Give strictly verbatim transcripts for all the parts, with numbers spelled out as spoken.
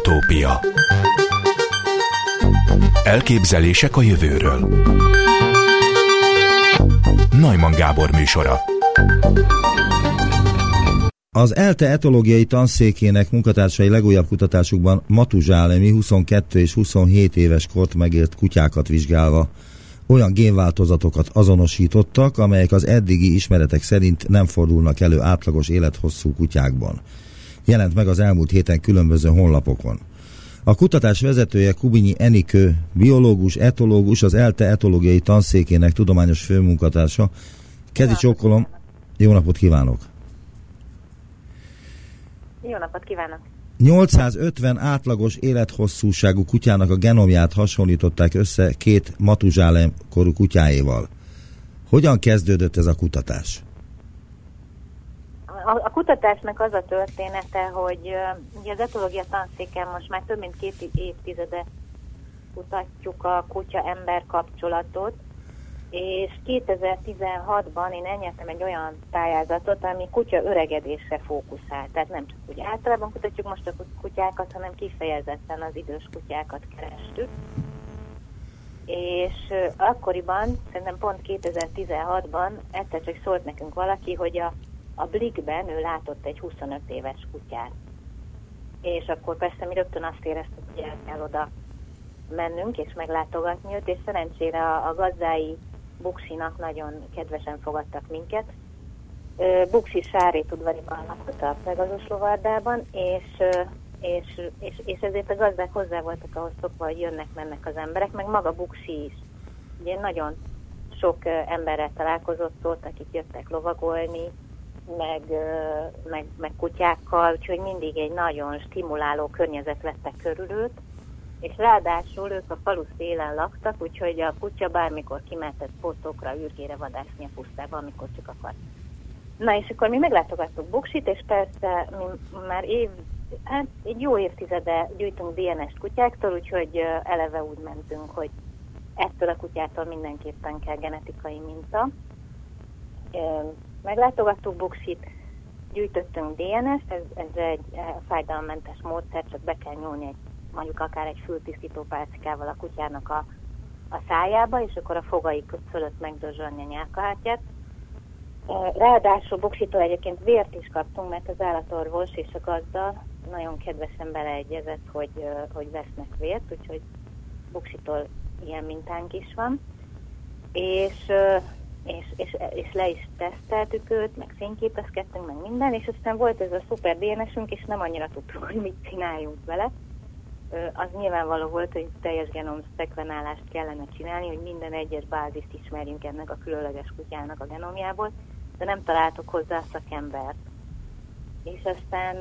Utópia. Elképzelések a jövőről. Neumann Gábor műsora. Az ELTE etológiai tanszékének munkatársai legújabb kutatásukban matuzsálemi huszonkettő és huszonhét éves kort megélt kutyákat vizsgálva olyan génváltozatokat azonosítottak, amelyek az eddigi ismeretek szerint nem fordulnak elő átlagos élethosszú kutyákban. Jelent meg az elmúlt héten különböző honlapokon. A kutatás vezetője Kubinyi Enikő, biológus, etológus, az ELTE etológiai tanszékének tudományos főmunkatársa. Kezi csókolom, jó napot kívánok! Jó napot kívánok! nyolcszázötven átlagos élethosszúságú kutyának a genomját hasonlították össze két matuzsálem korú kutyáéval. Hogyan kezdődött ez a kutatás? A, a kutatásnak az a története, hogy uh, ugye az etológia tanszéken most már több mint két évtizede kutatjuk a kutya-ember kapcsolatot, és kétezer-tizenhatban én elnyertem egy olyan pályázatot, ami kutya öregedésre fókuszál. Tehát nem csak úgy általában kutatjuk most a kutyákat, hanem kifejezetten az idős kutyákat kerestük. És uh, akkoriban, szerintem pont kétezer-tizenhatban egyszer csak szólt nekünk valaki, hogy a A Blickben ő látott egy huszonöt éves kutyát. És akkor persze mi rögtön azt éreztük, hogy el kell oda mennünk és meglátogatni őt, és szerencsére a, a gazdái Buksinak nagyon kedvesen fogadtak minket. Buksi Sárétudvariban lakott a Pegazus lovardában, és, és, és, és ezért a gazdák hozzá voltak ahhoz szokva, hogy jönnek-mennek az emberek, meg maga Buksi is. Ugye nagyon sok emberrel találkozott ott, akik jöttek lovagolni, Meg, meg, meg kutyákkal, úgyhogy mindig egy nagyon stimuláló környezet vette körül őt, és ráadásul ők a falu szélen laktak, úgyhogy a kutya bármikor kimehetett pótokra, űrgére vadászni a pusztába, amikor csak akart. Na és akkor mi meglátogattuk Buksit, és persze mi már év, hát egy jó évtizede gyűjtünk dé en es kutyáktól, úgyhogy eleve úgy mentünk, hogy ettől a kutyától mindenképpen kell genetikai minta. Meglátogattuk Buksit, gyűjtöttünk dé en es-t, ez, ez egy fájdalommentes módszer, csak be kell nyúlni egy, mondjuk akár egy fültisztító pálcikával a kutyának a, a szájába, és akkor a fogai fölött megdörzsölni a nyálkahártyát. Ráadásul Buksitól egyébként vért is kaptunk, mert az állatorvos és a gazda nagyon kedvesen beleegyezett, hogy, hogy vesznek vért, úgyhogy Buksitól ilyen mintánk is van. És... És, és, és le is teszteltük őt, meg fényképezkedtünk, meg minden, és aztán volt ez a szuper dé en es-ünk, és nem annyira tudtuk, hogy mit csináljunk vele. Az nyilvánvaló volt, hogy teljes genom szekvenálást kellene csinálni, hogy minden egyes bázist ismerjünk ennek a különleges kutyának a genomjából, de nem találtuk hozzá szakembert. És aztán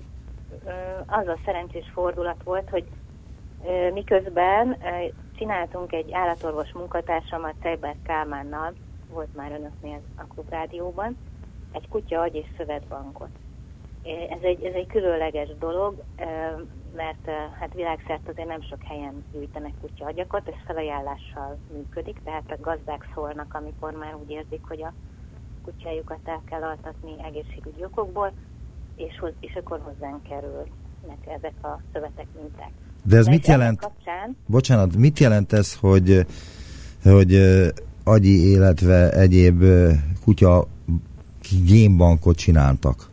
az a szerencsés fordulat volt, hogy miközben csináltunk egy állatorvos munkatársamat, Tejber Kálmánnal, volt már önöknél a Klubrádióban, egy kutya agy- és szövetbankot. Ez egy, ez egy különleges dolog, mert hát világszerte azért nem sok helyen gyűjtenek kutya agyakat, ez felajánlással működik, tehát a gazdák szólnak, amikor már úgy érzik, hogy a kutyájukat el kell altatni egészségügyi okokból, és, hoz, és akkor hozzánk kerülnek ezek a szövetek minták. De ez mit jelent? Kapcsán... Bocsánat, mit jelent ez, hogy, hogy agyi, illetve egyéb kutya génbankot csináltak?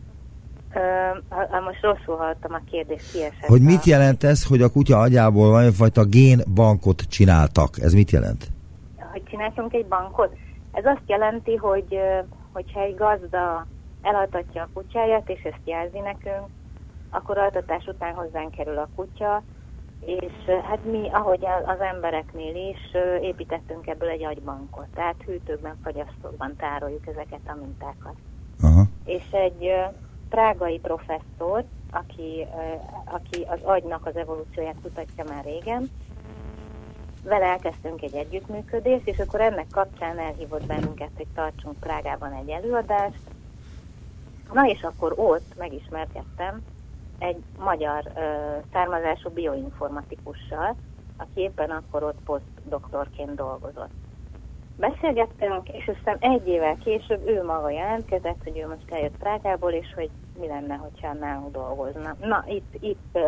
Ö, most rosszul hallottam a kérdést, kiesett. Hogy mit jelent ez, hogy a kutya agyából valamifajta génbankot csináltak? Ez mit jelent? Hogy csináltunk egy bankot? Ez azt jelenti, hogy hogyha egy gazda elaltatja a kutyáját, és ezt jelzi nekünk, akkor altatás után hozzánk kerül a kutya, és hát mi, ahogy az embereknél is, építettünk ebből egy agybankot, tehát hűtőkben, fagyasztókban tároljuk ezeket a mintákat. Aha. És egy prágai professzor, aki, aki az agynak az evolúcióját kutatja már régen, vele elkezdtünk egy együttműködést, és akkor ennek kapcsán elhívott bennünket, hogy tartsunk Prágában egy előadást. Na és akkor ott megismerkedtem egy magyar ö, származású bioinformatikussal, aki éppen akkor ott posztdoktorként dolgozott. Beszélgettünk, és aztán egy évvel később ő maga jelentkezett, hogy ő most eljött Prágából, és hogy mi lenne, hogyha nálunk dolgozna. Na, itt, itt uh,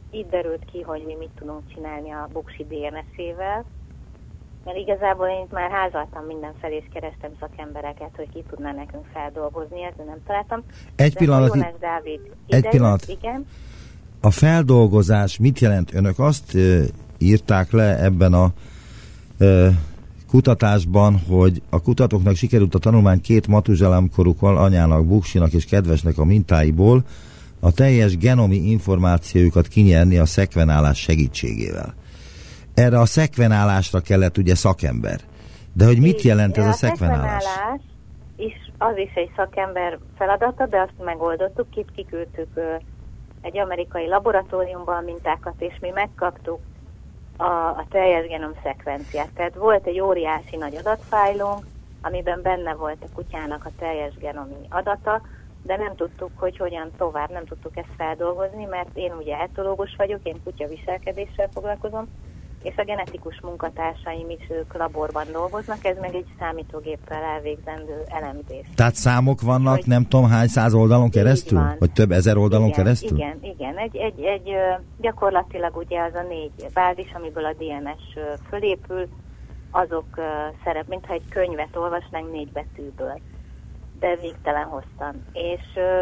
itt derült ki, hogy mi mit tudunk csinálni a buksi dé en es-ével, mert igazából én itt már házaltam mindenfelé, és kerestem szakembereket, hogy ki tudná nekünk feldolgozni, ezt nem találtam. Egy De pillanat, Jónás Dávid egy idejött, pillanat. igen. A feldolgozás mit jelent? Önök azt e, írták le ebben a e, kutatásban, hogy a kutatóknak sikerült a tanulmány két matuzsálemkorúkkal, anyának, buksinak és kedvesnek a mintáiból a teljes genomi információjukat kinyerni a szekvenálás segítségével. Erre a szekvenálásra kellett ugye szakember. De hogy mit jelent ez a, a szekvenálás? szekvenálás is, az is egy szakember feladata, de azt megoldottuk, itt kiküldtük egy amerikai laboratóriumban a mintákat, és mi megkaptuk a, a teljes genom szekvenciát. Tehát volt egy óriási nagy adatfájlunk, amiben benne volt a kutyának a teljes genomi adata, de nem tudtuk, hogy hogyan tovább, nem tudtuk ezt feldolgozni, mert én ugye etológus vagyok, én kutyaviselkedéssel foglalkozom, és a genetikus munkatársaim is ők laborban dolgoznak, ez meg egy számítógéppel elvégzendő elemzés. Tehát számok vannak, hogy nem tudom hány száz oldalon keresztül? Vagy több ezer oldalon igen, keresztül? Igen, igen. Egy, egy, egy, gyakorlatilag ugye az a négy bázis, amiből a dé en es fölépül, azok szerep, mintha egy könyvet olvasnánk négy betűből, de végtelen hosszan. És,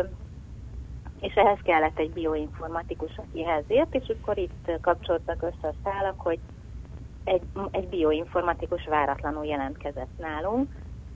és ehhez kellett egy bioinformatikus, aki ehhez ért, és akkor itt kapcsoltak össze a szálak, hogy egy, egy bioinformatikus váratlanul jelentkezett nálunk,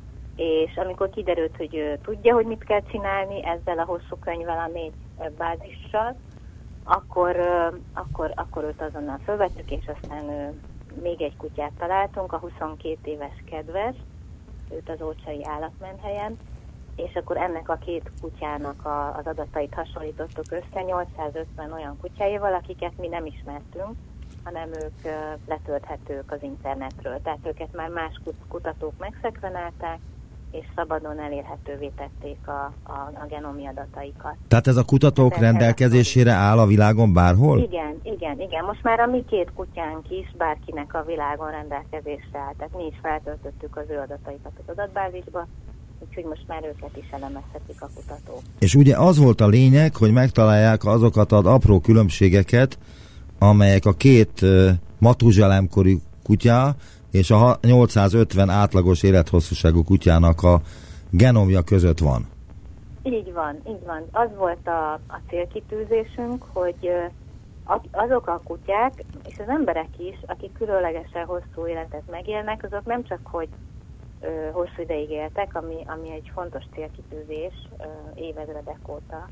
és amikor kiderült, hogy ő tudja, hogy mit kell csinálni ezzel a hosszú könyvvel, a négy bázissal, akkor, akkor, akkor őt azonnal fölvettük, és aztán még egy kutyát találtunk, a huszonkét éves kedves, őt az Ócsai Állatmenhelyen, és akkor ennek a két kutyának a, az adatait hasonlítottuk össze nyolcszázötven olyan kutyáival, akiket mi nem ismertünk, hanem ők uh, letölthetők az internetről. Tehát őket már más kutatók megszekvenálták, és szabadon elérhetővé tették a, a, a genomi adataikat. Tehát ez a kutatók Tehát rendelkezésére áll a világon bárhol? Igen, igen, igen. Most már a mi két kutyánk is bárkinek a világon rendelkezésre áll. Tehát mi is feltöltöttük az ő adataikat az adatbázisba, úgyhogy most már őket is elemezhetik a kutatók. És ugye az volt a lényeg, hogy megtalálják azokat az apró különbségeket, amelyek a két uh, matuzsálemkori kutya és a nyolcszázötven átlagos élethosszúságú kutyának a genomja között van. Így van, így van. Az volt a, a célkitűzésünk, hogy uh, azok a kutyák, és az emberek is, akik különlegesen hosszú életet megélnek, azok nem csak, hogy uh, hosszú ideig éltek, ami, ami egy fontos célkitűzés uh, évezredek óta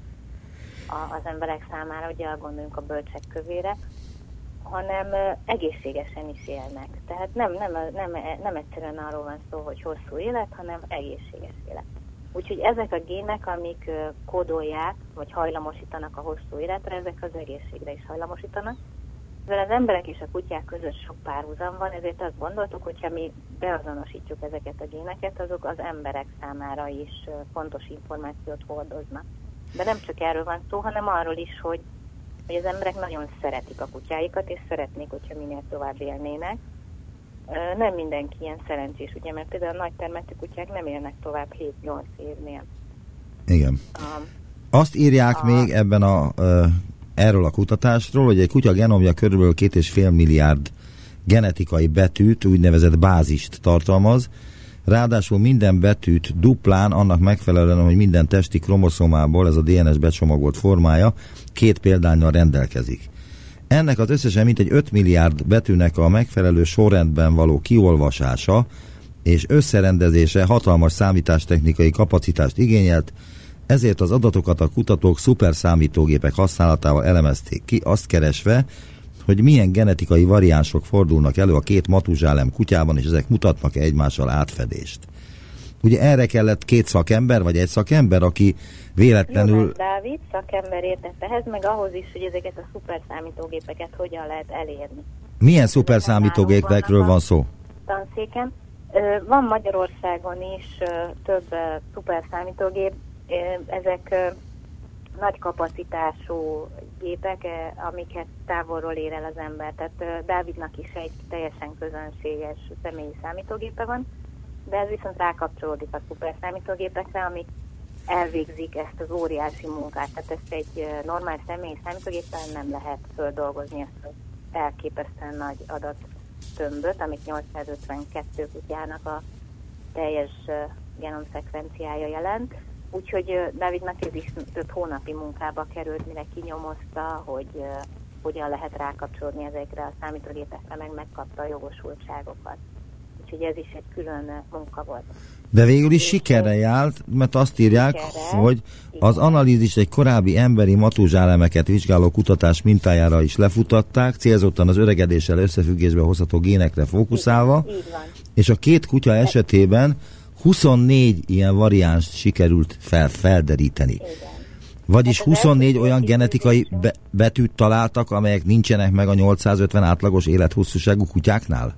a, az emberek számára, ugye gondoljunk a bölcsek kövére, hanem uh, egészségesen is élnek. Tehát nem, nem, nem, nem egyszerűen arról van szó, hogy hosszú élet, hanem egészséges élet. Úgyhogy ezek a gének, amik uh, kódolják, vagy hajlamosítanak a hosszú életre, ezek az egészségre is hajlamosítanak. Mivel az emberek és a kutyák között sok párhuzam van, ezért azt gondoltuk, hogyha mi beazonosítjuk ezeket a géneket, azok az emberek számára is uh, fontos információt hordoznak. De nem csak erről van szó, hanem arról is, hogy hogy az emberek nagyon szeretik a kutyáikat, és szeretnék, hogyha minél tovább élnének. Nem mindenki ilyen szerencsés, ugye, mert például a nagy termetű kutyák nem élnek tovább hét-nyolc évnél. Igen. Um, Azt írják a... még ebben a, erről a kutatásról, hogy egy kutya genomja körülbelül két és fél milliárd genetikai betűt, úgynevezett bázist tartalmaz. Ráadásul minden betűt duplán, annak megfelelően, hogy minden testi kromoszómából, ez a dé en es becsomagolt formája, két példánnyal rendelkezik. Ennek az összesen mintegy öt milliárd betűnek a megfelelő sorrendben való kiolvasása és összerendezése hatalmas számítástechnikai kapacitást igényelt, ezért az adatokat a kutatók szuperszámítógépek használatával elemezték ki, azt keresve, hogy milyen genetikai variánsok fordulnak elő a két matuzsálem kutyában, és ezek mutatnak-e egymással átfedést. Ugye erre kellett két szakember, vagy egy szakember, aki véletlenül... Jónás Dávid szakember értett ehhez, meg ahhoz is, hogy ezeket a szuperszámítógépeket hogyan lehet elérni. Milyen szuperszámítógépekről van szó? Tanszéken. Van Magyarországon is több szuperszámítógép, ezek nagy kapacitású gépek, amiket távolról ér el az ember. Tehát Dávidnak is egy teljesen közönséges személyi számítógépe van, de ez viszont rákapcsolódik a szuperszámítógépekre, amik elvégzik ezt az óriási munkát. Tehát ezt egy normál személy számítógéppel nem lehet földolgozni, ezt az elképesztően nagy adattömböt, amit nyolcszázötvenkettő kutyának a teljes genomszekvenciája jelent. Úgyhogy Dávidnak ez is több hónapi munkába került, mire kinyomozta, hogy uh, hogyan lehet rákapcsolódni ezekre a számítógépekre, meg megkapta a jogosultságokat. Úgyhogy ez is egy külön uh, munka volt. De végül is sikerre járt, mert azt írják, sikerre, hogy az igen. analízis egy korábbi emberi matúzsálemeket vizsgáló kutatás mintájára is lefutatták, célzottan az öregedéssel összefüggésbe hozható génekre fókuszálva, így, így van. És a két kutya esetében huszonnégy ilyen variánst sikerült fel, felderíteni. Igen. Vagyis hát huszonnégy olyan genetikai be, betűt találtak, amelyek nincsenek meg a nyolcszázötven átlagos élethosszúságú kutyáknál?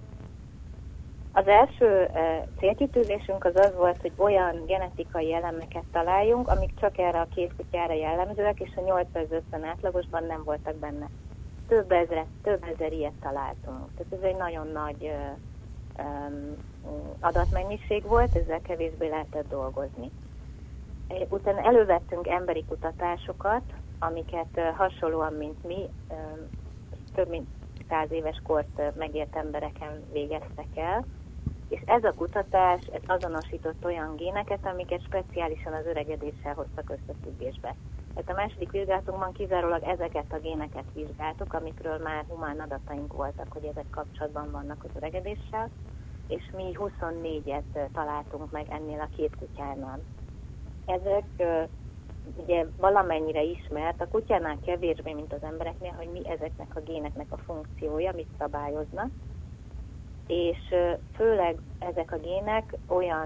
Az első uh, célkitűzésünk az az volt, hogy olyan genetikai elemeket találjunk, amik csak erre a két kutyára jellemzőek, és a nyolcszázötven átlagosban nem voltak benne. Több ezer, több ezer ilyet találtunk. Tehát ez egy nagyon nagy uh, um, adatmennyiség volt, ezzel kevésbé lehetett dolgozni. Utána elővettünk emberi kutatásokat, amiket uh, hasonlóan, mint mi, uh, több mint száz éves kort uh, megért embereken végeztek el, és ez a kutatás ez azonosított olyan géneket, amiket speciálisan az öregedéssel hoztak összefüggésbe. Tehát a második vizsgálatunkban kizárólag ezeket a géneket vizsgáltuk, amikről már humán adataink voltak, hogy ezek kapcsolatban vannak az öregedéssel, és mi huszonnégyet találtunk meg ennél a két kutyánál. Ezek ugye valamennyire ismert, a kutyánál kevésbé, mint az embereknél, hogy mi ezeknek a géneknek a funkciója, mit szabályoznak, és főleg ezek a gének olyan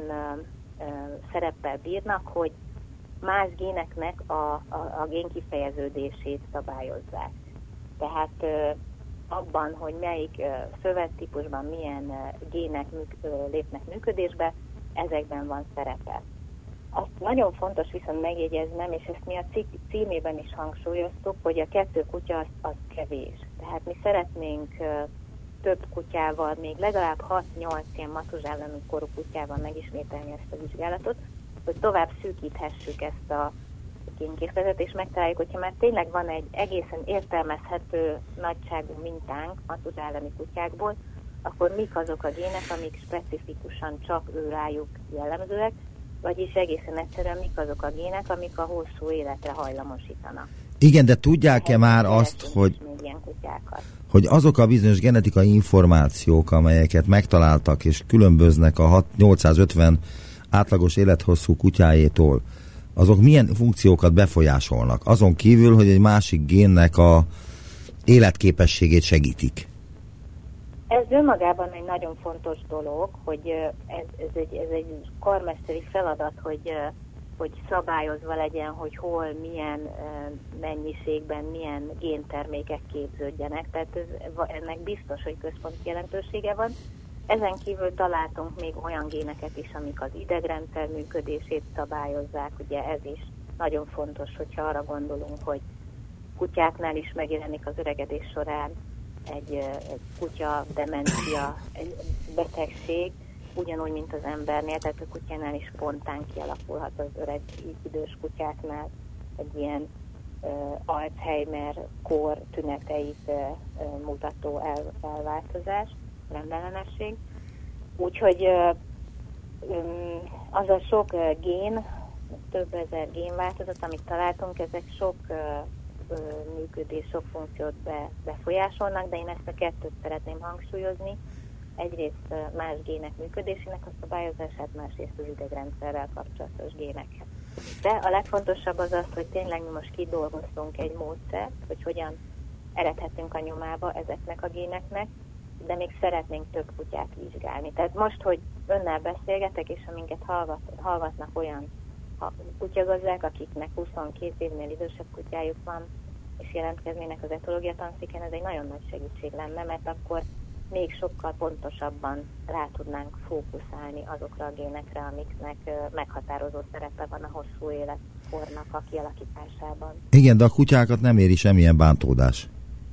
szereppel bírnak, hogy más géneknek a, a, a génkifejeződését szabályozzák. Tehát abban, hogy melyik szövettípusban milyen gének műk, lépnek működésbe, ezekben van szerepe. Azt nagyon fontos viszont megjegyeznem, és ezt mi a cikk címében is hangsúlyoztuk, hogy a kettő kutya az, az kevés. Tehát mi szeretnénk több kutyával, még legalább hat-nyolc ilyen matuzsálemi korú kutyával megismételni ezt a vizsgálatot, hogy tovább szűkíthessük ezt a génkészletet, és megtaláljuk, hogyha már tényleg van egy egészen értelmezhető nagyságú mintánk matuzsálemi kutyákból, akkor mik azok a gének, amik specifikusan csak ő rájuk jellemzőek, vagyis egészen egyszerűen mik azok a gének, amik a hosszú életre hajlamosítanak. Igen, de tudják-e már azt, hogy, hogy azok a bizonyos genetikai információk, amelyeket megtaláltak és különböznek a nyolcszázötven átlagos élethosszú kutyájétól, azok milyen funkciókat befolyásolnak? Azon kívül, hogy egy másik génnek a életképességét segítik. Ez önmagában egy nagyon fontos dolog, hogy ez, ez, egy, ez egy karmesteri feladat, hogy, hogy szabályozva legyen, hogy hol, milyen mennyiségben, milyen géntermékek képződjenek. Tehát ez, ennek biztos, hogy központi jelentősége van. Ezen kívül találtunk még olyan géneket is, amik az idegrendszer működését szabályozzák. Ugye ez is nagyon fontos, hogyha arra gondolunk, hogy kutyáknál is megjelenik az öregedés során egy, egy kutya demencia, egy betegség, ugyanúgy, mint az embernél, tehát a kutyánál is spontán kialakulhat az öreg idős kutyáknál egy ilyen uh, Alzheimer-kór tüneteit uh, mutató el, elváltozás, rendellenesség. Úgyhogy uh, um, az a sok uh, gén, több ezer génváltozat, amit találtunk, ezek sok uh, működés, sok funkciót be, befolyásolnak, de én ezt a kettőt szeretném hangsúlyozni. Egyrészt más gének működésének a szabályozását, másrészt az idegrendszerrel kapcsolatos géneket. De a legfontosabb az az, hogy tényleg mi most kidolgoztunk egy módszert, hogy hogyan eredhetünk a nyomába ezeknek a géneknek, de még szeretnénk több kutyát vizsgálni. Tehát most, hogy önnel beszélgetek, és aminket hallgat, hallgatnak olyan kutyagazdák, akiknek huszonkét évnél idősebb kutyájuk van, és jelentkeznének az etológia tanszéken, ez egy nagyon nagy segítség lenne, mert akkor még sokkal pontosabban rá tudnánk fókuszálni azokra a génekre, amiknek meghatározó szerepe van a hosszú életkornak a kialakításában. Igen, de a kutyákat nem éri semmilyen bántódás.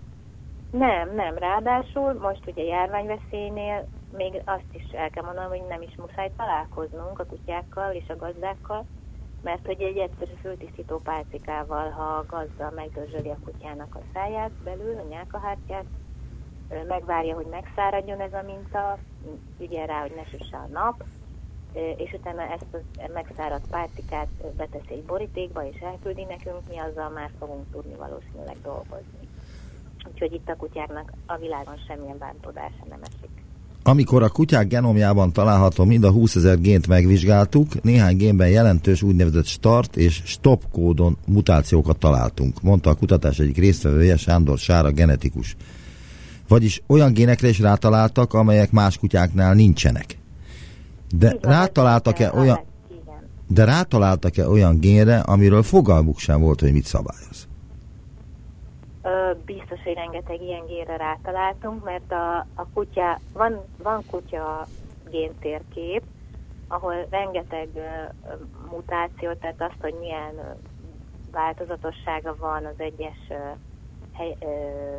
Nem, nem. Ráadásul most ugye járványveszélynél még azt is el kell mondanom, hogy nem is muszáj találkoznunk a kutyákkal és a gazdákkal, mert hogy egy egyszerű fültisztító pálcikával, ha a gazda megdörzsöli a kutyának a száját belül, a nyálkahártyát, megvárja, hogy megszáradjon ez a minta, ügyel rá, hogy ne süsse a nap, és utána ezt a megszáradt pálcikát beteszi egy borítékba, és elküldi nekünk, mi azzal már fogunk tudni valószínűleg dolgozni. Úgyhogy itt a kutyáknak a világon semmilyen bántódása nem esik. Amikor a kutyák genomjában található mind a húszezer gént megvizsgáltuk, néhány génben jelentős úgynevezett start és stop kódon mutációkat találtunk, mondta a kutatás egyik résztvevője, Sándor Sára genetikus. Vagyis olyan génekre is rátaláltak, amelyek más kutyáknál nincsenek. De rátaláltak-e olyan, de rátaláltak-e olyan génre, amiről fogalmuk sem volt, hogy mit szabályoz? Ö, biztos, hogy rengeteg ilyen génre rátaláltunk, mert a, a kutya, van, van kutya géntérkép, ahol rengeteg ö, mutáció, tehát azt, hogy milyen ö, változatossága van az egyes ö, hely, ö,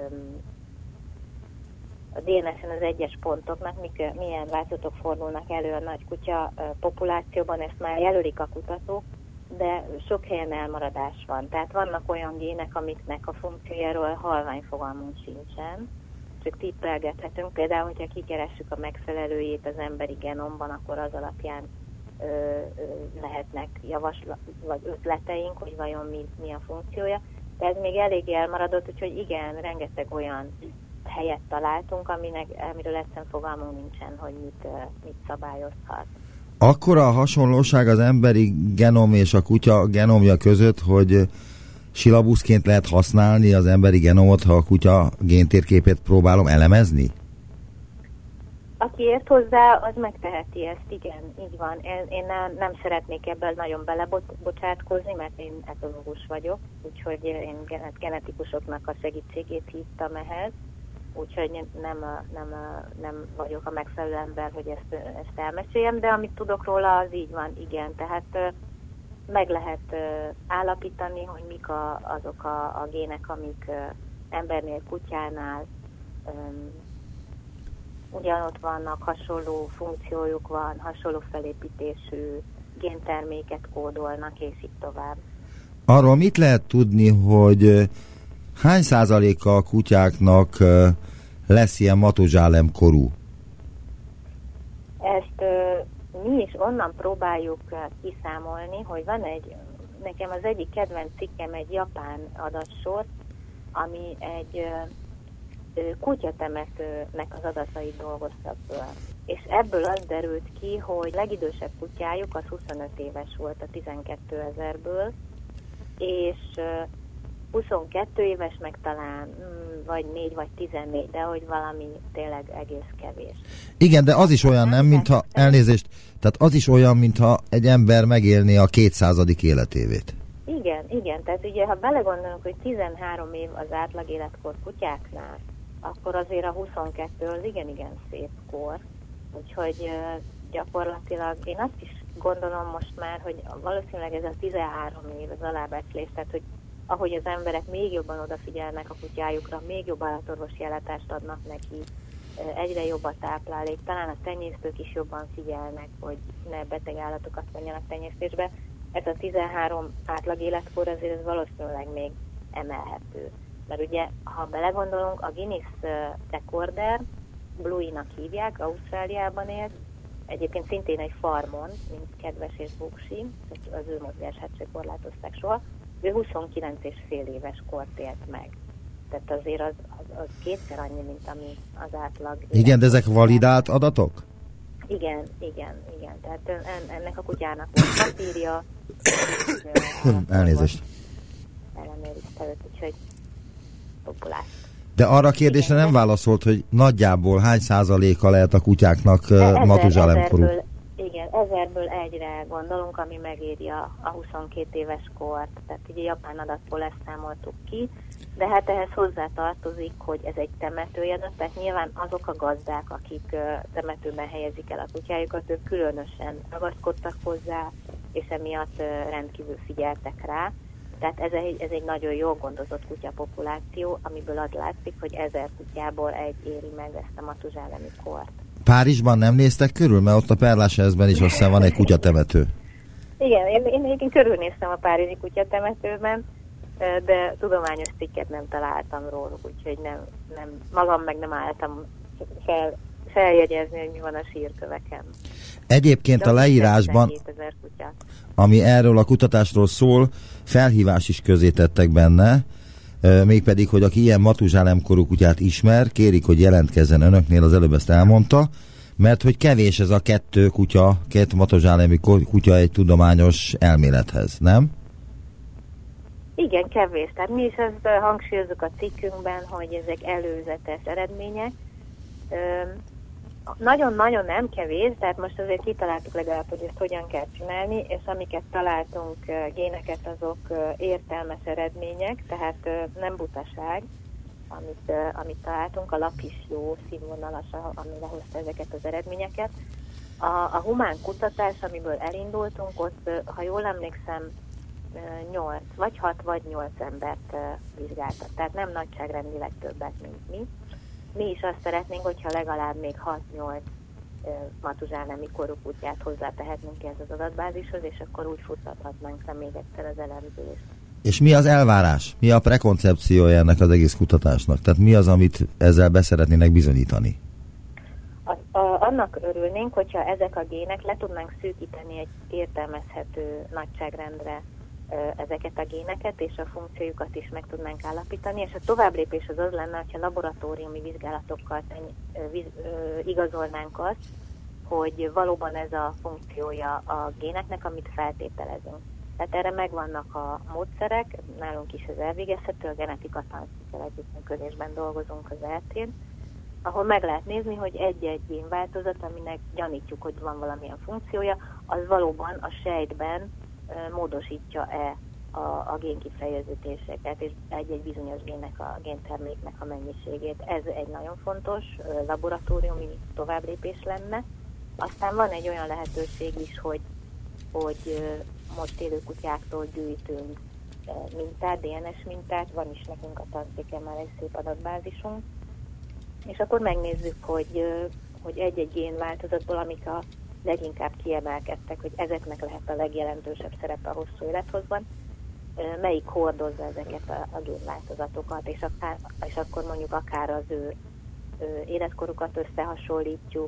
a dé en es-en az egyes pontoknak, mik, milyen változatok fordulnak elő a nagy kutya populációban, ezt már jelölik a kutatók, de sok helyen elmaradás van. Tehát vannak olyan gének, amiknek a funkciójáról halvány fogalmunk sincsen, csak tippelgethetünk. Például, hogyha kikeressük a megfelelőjét az emberi genomban, akkor az alapján ö, ö, lehetnek javaslat, vagy ötleteink, hogy vajon mi, mi a funkciója. De ez még elég elmaradott, úgyhogy igen, rengeteg olyan helyet találtunk, aminek, amiről egyszerűen fogalmunk nincsen, hogy mit, mit szabályozhat. Akkora a hasonlóság az emberi genom és a kutya genomja között, hogy silabuszként lehet használni az emberi genomot, ha a kutya géntérképét próbálom elemezni? Aki ért hozzá, az megteheti ezt, igen, így van. Én nem, nem szeretnék ebből nagyon belebocsátkozni, mert én etológus vagyok, úgyhogy én genetikusoknak a segítségét hívtam ehhez. Úgyhogy nem, nem, nem vagyok a megfelelő ember, hogy ezt, ezt elmeséljem, de amit tudok róla, az így van, igen. Tehát meg lehet állapítani, hogy mik a, azok a, a gének, amik embernél, kutyánál um, ugyanott vannak, hasonló funkciójuk van, hasonló felépítésű génterméket kódolnak, és így tovább. Arról mit lehet tudni, hogy hány százaléka a kutyáknak lesz ilyen Matuzsálem korú? Ezt uh, mi is onnan próbáljuk uh, kiszámolni, hogy van egy, nekem az egyik kedvenc cikkem egy japán adatsor, ami egy uh, uh, kutyatemetőnek az adatait dolgoztak föl. És ebből az derült ki, hogy legidősebb kutyájuk az huszonöt éves volt a tizenkétezerből, és uh, huszonkettő éves meg talán, vagy négy vagy tizennégy, de hogy valami tényleg egész kevés. Igen, de az is olyan, nem, mintha, elnézést, tehát az is olyan, mintha egy ember megélné a kétszázadik életévét. Igen, igen, tehát ugye, ha belegondolunk, hogy tizenhárom év az átlag életkor kutyáknál, akkor azért a huszonkettő az igen-igen szép kor. Úgyhogy gyakorlatilag én azt is gondolom most már, hogy valószínűleg ez a tizenhárom év az alábecslés, tehát hogy ahogy az emberek még jobban odafigyelnek a kutyájukra, még jobb állatorvosi ellátást adnak neki, egyre jobb a táplálék, talán a tenyésztők is jobban figyelnek, hogy ne beteg állatokat venjenek tenyésztésbe. Ez a tizenhárom átlag életkor azért ez valószínűleg még emelhető. Mert ugye, ha belegondolunk, a Guinness rekorder, Bluey-nak hívják, Ausztráliában élt, egyébként szintén egy farmon, mint Kedves és Buksi, az ő mozgását se korlátozták soha, ő huszonkilenc és fél éves kort élt meg. Tehát azért az, az, az kétszer annyi, mint ami az átlag. Igen, de ezek validált adatok? Igen, igen, igen. Tehát ennek a kutyának volt papírja. Elnézést. Ellenőrizte őt, úgyhogy populált. De arra a kérdésre nem válaszolt, hogy nagyjából hány százaléka lehet a kutyáknak Matuzsálem korú? Igen, ezerből egyre gondolunk, ami megéri a, a huszonkét éves kort. Tehát ugye japán adatból ezt számoltuk ki, de hát ehhez hozzá tartozik, hogy ez egy temetői adat, tehát nyilván azok a gazdák, akik uh, temetőben helyezik el a kutyájukat, ők különösen ragaszkodtak hozzá, és emiatt uh, rendkívül figyeltek rá. Tehát ez egy, ez egy nagyon jól gondozott kutyapopuláció, amiből az látszik, hogy ezer kutyából egy éri meg ezt a matuzsálemi kort. Párizsban nem néztek körül? Mert ott a Perlás-Ezben is azt hiszem van egy kutyatemető. Igen, én, én, én körülnéztem a párizsi kutyatemetőben, de tudományos cikket nem találtam róluk, úgyhogy nem, nem, magam meg nem álltam fel, feljegyezni, hogy mi van a sírköveken. Egyébként a leírásban, ami erről a kutatásról szól, felhívás is közé tettek benne, mégpedig, hogy aki ilyen Matuzsálem-korú kutyát ismer, kérik, hogy jelentkezzen önöknél, az előbb ezt elmondta, mert hogy kevés ez a kettő kutya, két matuzsálemi kutya egy tudományos elmélethez, nem? Igen, kevés. Tehát mi is ezt hangsúlyozunk a cikkünkben, hogy ezek előzetes eredmények. Nagyon-nagyon nem kevés, tehát most azért kitaláltuk legalább, hogy ezt hogyan kell csinálni, és amiket találtunk géneket, azok értelmes eredmények, tehát nem butaság, amit, amit találtunk, a lap is jó, színvonalas, ami lehozta ezeket az eredményeket. A, a humán kutatás, amiből elindultunk, ott, ha jól emlékszem, nyolc, vagy hat, vagy nyolc embert vizsgáltak, tehát nem nagyságrendileg többet, mint mi. Mi is azt szeretnénk, hogyha legalább még hat-nyolc matuzsálemi korú kutyát hozzátehetnénk ehhez az adatbázishoz, és akkor úgy futtathatnánk le még egyszer az elemzést. És mi az elvárás? Mi a prekoncepciója ennek az egész kutatásnak? Tehát mi az, amit ezzel beszeretnének bizonyítani? A, a, annak örülnénk, hogyha ezek a gének le tudnánk szűkíteni egy értelmezhető nagyságrendre ezeket a géneket, és a funkciójukat is meg tudnánk állapítani, és a továbblépés az az lenne, hogyha laboratóriumi vizsgálatokkal viz, igazolnánk azt, hogy valóban ez a funkciója a géneknek, amit feltételezünk. Tehát erre megvannak a módszerek, nálunk is ez elvégezhető, a genetika tanszékkel együttműködésben dolgozunk az é té-n, ahol meg lehet nézni, hogy egy-egy génváltozat, aminek gyanítjuk, hogy van valamilyen funkciója, az valóban a sejtben módosítja-e a, a génkifejeződéseket, és egy-egy bizonyos génnek a génterméknek a mennyiségét. Ez egy nagyon fontos laboratóriumi továbblépés lenne. Aztán van egy olyan lehetőség is, hogy, hogy most élő kutyáktól gyűjtünk mintát, dé en es mintát, van is nekünk a tanszéken már egy szép adatbázisunk, és akkor megnézzük, hogy, hogy egy-egy génváltozatból, amik a leginkább kiemelkedtek, hogy ezeknek lehet a legjelentősebb szerepe a hosszú élethozban, melyik hordozza ezeket a, a génváltozatokat, és, akár, és akkor mondjuk akár az ő, ő életkorukat összehasonlítjuk,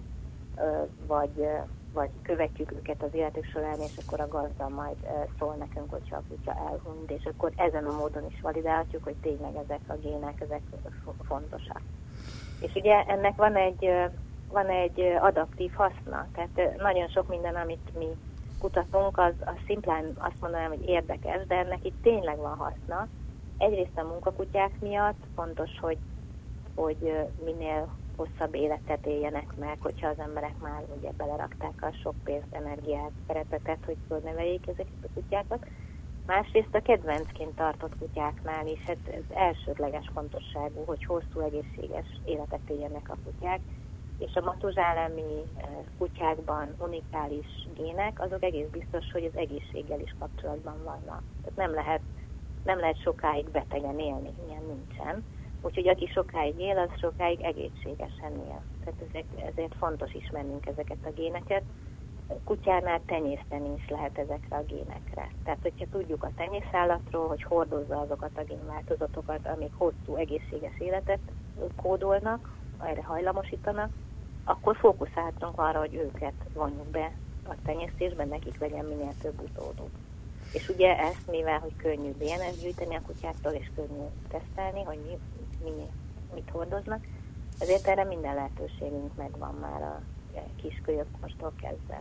vagy, vagy követjük őket az életük során, és akkor a gazda majd szól nekünk, hogyha a kutya elhunyt, és akkor ezen a módon is validálhatjuk, hogy tényleg ezek a gének, ezek fontosak. És ugye ennek van egy van egy adaptív haszna, tehát nagyon sok minden, amit mi kutatunk, az, az szimplán azt mondanám, hogy érdekes, de ennek itt tényleg van haszna. Egyrészt a munkakutyák miatt fontos, hogy, hogy minél hosszabb életet éljenek meg, hogyha az emberek már ugye belerakták a sok pénzt, energiát, szeretetet, hogy fölneveljék ezeket a kutyákat. Másrészt a kedvencként tartott kutyáknál is ez, ez elsődleges fontosságú, hogy hosszú egészséges életet éljenek a kutyák, és a matuzsálemi kutyákban unikális gének, azok egész biztos, hogy az egészséggel is kapcsolatban vannak. Tehát nem lehet, nem lehet sokáig betegen élni, ilyen nincsen. Úgyhogy aki sokáig él, az sokáig egészségesen él. Tehát ezek, ezért fontos ismernünk ezeket a géneket. Kutyánál tenyészteni is lehet ezekre a génekre. Tehát, hogyha tudjuk a tenyészállatról, hogy hordozza azokat a génváltozatokat, amik hosszú egészséges életet kódolnak, erre hajlamosítanak, akkor fókuszáltunk arra, hogy őket vonjuk be a tenyésztésben, nekik legyen minél több utóduk. És ugye ezt, mivel hogy könnyű dé en es gyűjteni a kutyáktól, és könnyű tesztelni, hogy mi, mi, mit hordoznak, ezért erre minden lehetőségünk megvan már a kiskölyök mostól kezdve.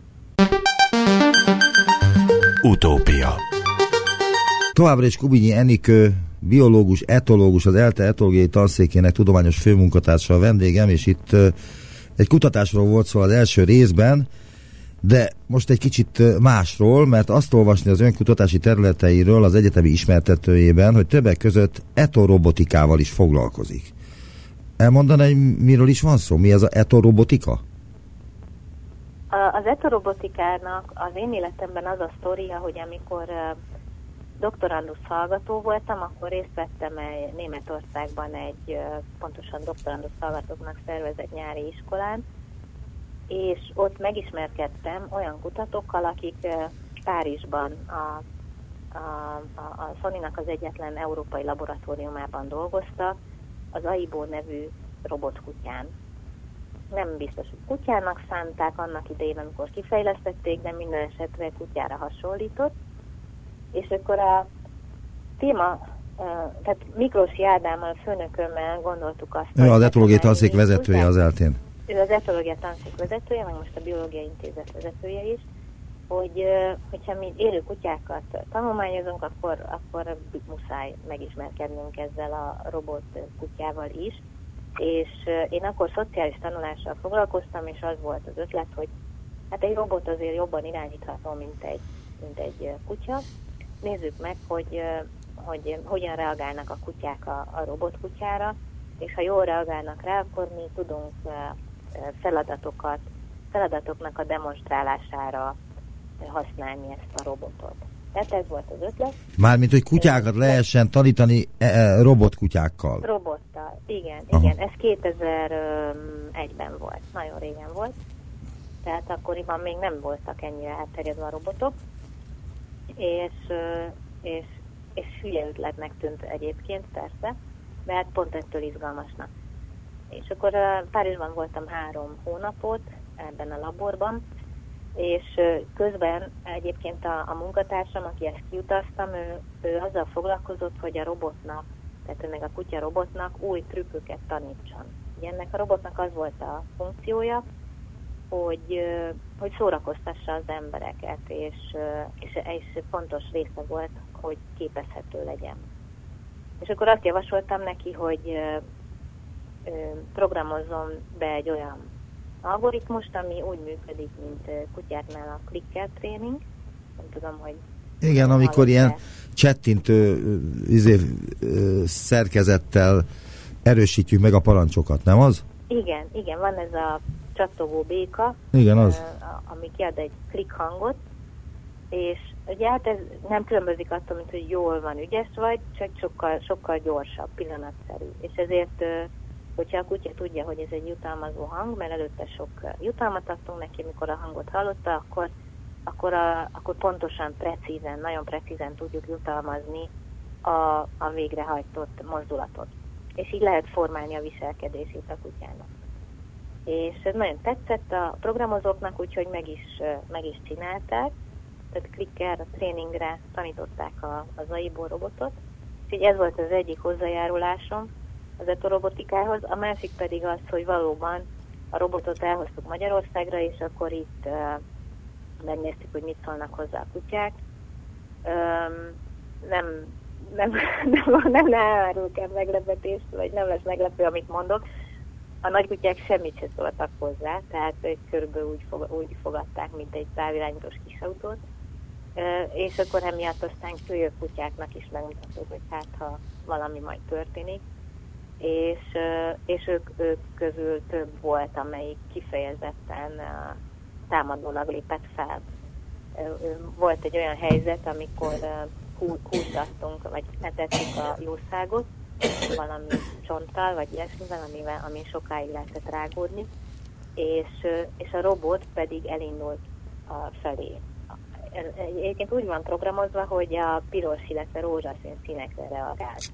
Utópia. Továbbra is Kubinyi Enikő, biológus, etológus, az ELTE etológiai tanszékének tudományos főmunkatársa a vendégem, és itt egy kutatásról volt szó az első részben, de most egy kicsit másról, mert azt olvasni az önkutatási területeiről az egyetemi ismertetőjében, hogy többek között etorobotikával is foglalkozik. Elmondaná, hogy miről is van szó? Mi az az etorobotika? Az etorobotikának az én életemben az a sztoria, hogy amikor doktorandusz hallgató voltam, akkor részt vettem egy Németországban egy pontosan doktorandusz hallgatóknak szervezett nyári iskolán, és ott megismerkedtem olyan kutatókkal, akik Párizsban a, a, a, a Sony-nak az egyetlen európai laboratóriumában dolgoztak, az Aibo nevű robotkutyán. Nem biztos, hogy kutyának szánták annak idején, amikor kifejlesztették, de minden esetre kutyára hasonlított. És akkor a téma, tehát Miklósi Ádámmal, a főnökömmel gondoltuk azt, ő az etológiai tanszék vezetője az eltén. Ő az etológiai tanszék vezetője, meg most a biológiai intézet vezetője is, hogy hogyha mi élő kutyákat tanulmányozunk, akkor, akkor muszáj megismerkednünk ezzel a robot kutyával is. És én akkor szociális tanulással foglalkoztam, és az volt az ötlet, hogy hát egy robot azért jobban irányítható, mint egy, mint egy kutya. Nézzük meg, hogy, hogy hogyan reagálnak a kutyák a, a robotkutyára, és ha jól reagálnak rá, akkor mi tudunk feladatokat, feladatoknak a demonstrálására használni ezt a robotot. Tehát ez volt az ötlet. Mármint, hogy kutyákat lehessen tanítani e, e, robotkutyákkal. Robottal, igen, Aha. igen. Ez kétezer-egyben volt, nagyon régen volt. Tehát akkoriban még nem voltak ennyire elterjedve a robotok. És, és, és hülye ötletnek tűnt egyébként, persze, de hát pont ettől izgalmasnak. És akkor Párizsban voltam három hónapot ebben a laborban, és közben egyébként a, a munkatársam, aki ezt kiutaztam, ő, ő azzal foglalkozott, hogy a robotnak, tehát ennek a kutya robotnak új trükköket tanítson. Ugye ennek a robotnak az volt a funkciója, hogy, hogy szórakoztassa az embereket, és, és, és fontos része volt, hogy képezhető legyen. És akkor azt javasoltam neki, hogy programozzon be egy olyan algoritmust, ami úgy működik, mint kutyáknál a clicker training. Nem tudom, hogy... Igen, amikor ilyen csettintő izé, szerkezettel erősítjük meg a parancsokat, nem az? Igen, igen, van ez a csattogó béka, igen, az. ami kiad egy klik hangot, és ugye hát ez nem különbözik attól, mint hogy jól van, ügyes vagy, csak sokkal, sokkal gyorsabb, pillanatszerű. És ezért, hogyha a kutya tudja, hogy ez egy jutalmazó hang, mert előtte sok jutalmat adtunk neki, mikor a hangot hallotta, akkor, akkor, a, akkor pontosan, precízen, nagyon precízen tudjuk jutalmazni a, a végrehajtott mozdulatot. És így lehet formálni a viselkedését a kutyának. És ez nagyon tetszett a programozóknak, úgyhogy meg is, meg is csinálták. Tehát clicker a tréningre tanították a, az Aibo robotot. És így ez volt az egyik hozzájárulásom az etorobotikához. A másik pedig az, hogy valóban a robotot elhoztuk Magyarországra, és akkor itt uh, megnéztük, hogy mit szólnak hozzá a kutyák. Um, nem, nem, nem, nem, nem árulok el meglepetést, vagy nem lesz meglepő, amit mondok. A nagykutyák semmit se szóltak hozzá, tehát körülbelül úgy, fog, úgy fogadták, mint egy távirányítós kisautót. És akkor emiatt aztán kölyök kutyáknak is megmutatott, hogy hát ha valami majd történik. És, és ők, ők közül több volt, amelyik kifejezetten támadólag lépett fel. Volt egy olyan helyzet, amikor húztattunk, vagy letettük a jószágot valami csonttal, vagy ilyesmivel, amivel, amin sokáig lehetett rágódni, és, és a robot pedig elindult a felé. Egyébként úgy van programozva, hogy a piros, illetve rózsaszín színekre reagált.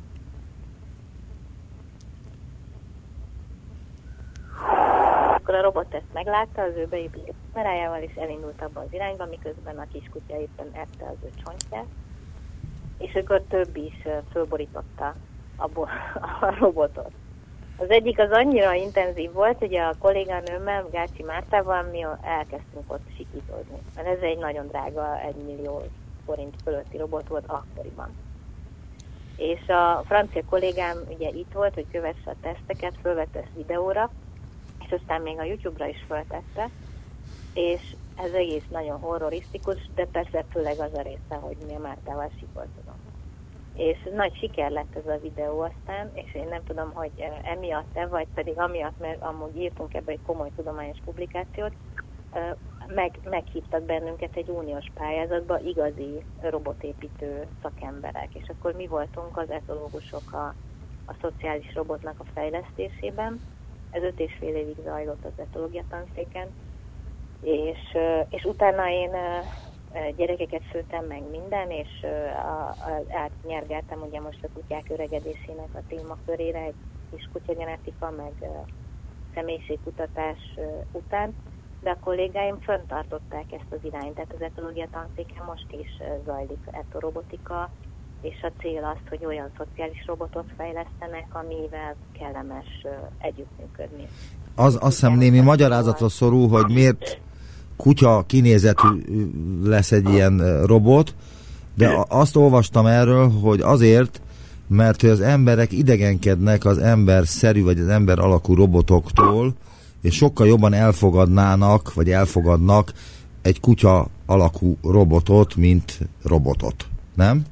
Akkor a robot ezt meglátta az ő beépített kamerájával, és elindult abba az irányba, miközben a kiskutya éppen ette az ő csontját. És akkor több is fölborította a, a robotot. Az egyik az annyira intenzív volt, hogy a kolléganőmmel, Gácsi Mártával mi elkezdtünk ott sikítozni. Mert ez egy nagyon drága, egy millió forint fölötti robot volt akkoriban. És a francia kollégám ugye itt volt, hogy kövesse a teszteket, fölvette ezt videóra, és aztán még a YouTube-ra is föltette, és ez egész nagyon horrorisztikus, de persze főleg az a része, hogy mi a Mártával sikoltozom. És nagy siker lett ez a videó aztán, és én nem tudom, hogy emiatt-e, vagy pedig amiatt, mert amúgy írtunk ebbe egy komoly tudományos publikációt, meg, meghívtak bennünket egy uniós pályázatba igazi robotépítő szakemberek, és akkor mi voltunk az etológusok a, a szociális robotnak a fejlesztésében. Ez öt és fél évig zajlott az etológia tanszéken, és, és utána én gyerekeket szültem meg minden, és átnyergeltem ugye most a kutyák öregedésének a témakörére egy kis kutyagenetika, meg személyiségkutatás után, de a kollégáim fenntartották ezt az irányt, tehát az etológia tanszéken most is zajlik etorobotika, és a cél az, hogy olyan szociális robotot fejlesztenek, amivel kellemes együttműködni. Az azt hiszem némi magyarázatra szorul, hogy miért kutya kinézetű lesz egy ilyen robot, de azt olvastam erről, hogy azért, mert hogy az emberek idegenkednek az emberszerű vagy az ember alakú robotoktól, és sokkal jobban elfogadnának, vagy elfogadnak egy kutya alakú robotot, mint robotot. Nem?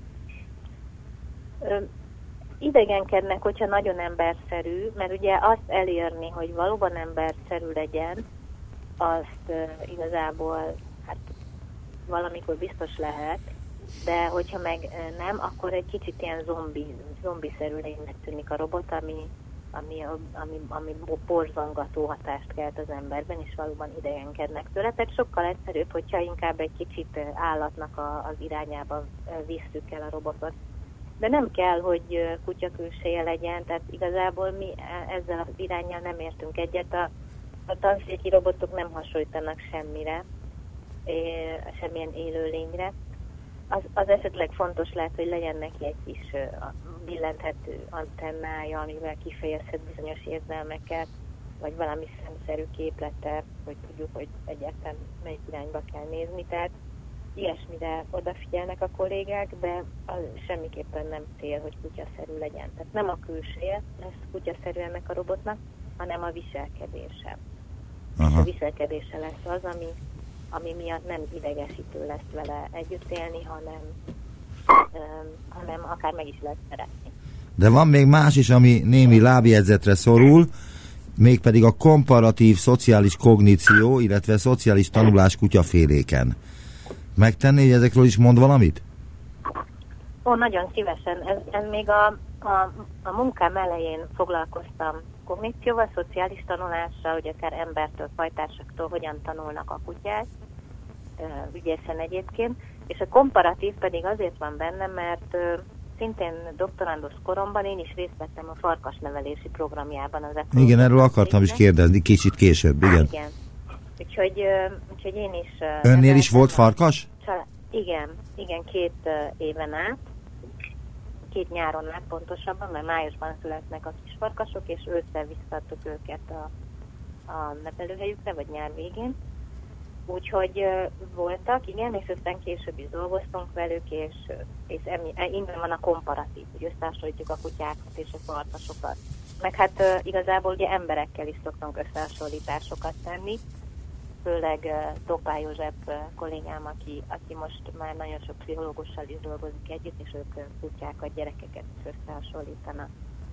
Ö, idegenkednek, hogyha nagyon emberszerű, mert ugye azt elérni, hogy valóban emberszerű legyen, azt uh, igazából hát valamikor biztos lehet, de hogyha meg uh, nem, akkor egy kicsit ilyen zombi, zombiszerű lénynek tűnik a robot, ami, ami, ami, ami borzongató hatást kelt az emberben, és valóban idegenkednek tőle. Tehát sokkal egyszerűbb, hogyha inkább egy kicsit állatnak a, az irányába visszük el a robotot. De nem kell, hogy kutya külseje legyen, tehát igazából mi ezzel az iránnyal nem értünk egyet. A A tanszéki robotok nem hasonlítanak semmire, semmilyen élőlényre. Az, az esetleg fontos lehet, hogy legyen neki egy kis billenthető antennája, amivel kifejezhet bizonyos érzelmeket, vagy valami szemszerű képlete, hogy tudjuk, hogy egyáltalán melyik irányba kell nézni. Tehát ilyesmire odafigyelnek a kollégák, de az semmiképpen nem cél, hogy kutyaszerű legyen. Tehát nem a külseje lesz kutyaszerű ennek a robotnak, hanem a viselkedése. Aha. A viselkedése lesz az, ami, ami miatt nem idegesítő lesz vele együtt élni, hanem, um, hanem akár meg is lehet szeretni. De van még más is, ami némi lábjegyzetre szorul, mégpedig a komparatív szociális kogníció, illetve szociális tanulás kutyaféléken. Megtenné, hogy ezekről is mond valamit? Ó, nagyon szívesen. Ez, ez még a, a, a munkám elején foglalkoztam kognícióval, szociális tanulással, hogy akár embertől, fajtársaktól hogyan tanulnak a kutyák, ügyesen egyébként, és a komparatív pedig azért van benne, mert szintén doktorandusz koromban én is részt vettem a farkasnevelési programjában az etológia. Igen, erről akartam is kérdezni kicsit később, igen. Igen. Úgyhogy, úgyhogy én is... Önnél is volt farkas? Család, igen, igen, két éven át. Két nyáron át pontosabban, mert májusban születnek a kisfarkasok, és ősszel visszadtuk őket a, a nevelőhelyükre, vagy nyár végén. Úgyhogy uh, voltak, igen, és aztán később is dolgoztunk velük, és, és emi, innen van a komparatív, hogy összehasonlítjuk a kutyákat és a farkasokat. Meg hát uh, igazából ugye emberekkel is szoktunk összehasonlításokat tenni, főleg uh, Topá József uh, kollégám, aki, aki most már nagyon sok pszichológussal is dolgozik együtt, és ők uh, kutyákat, gyerekeket is összehasonlítanak.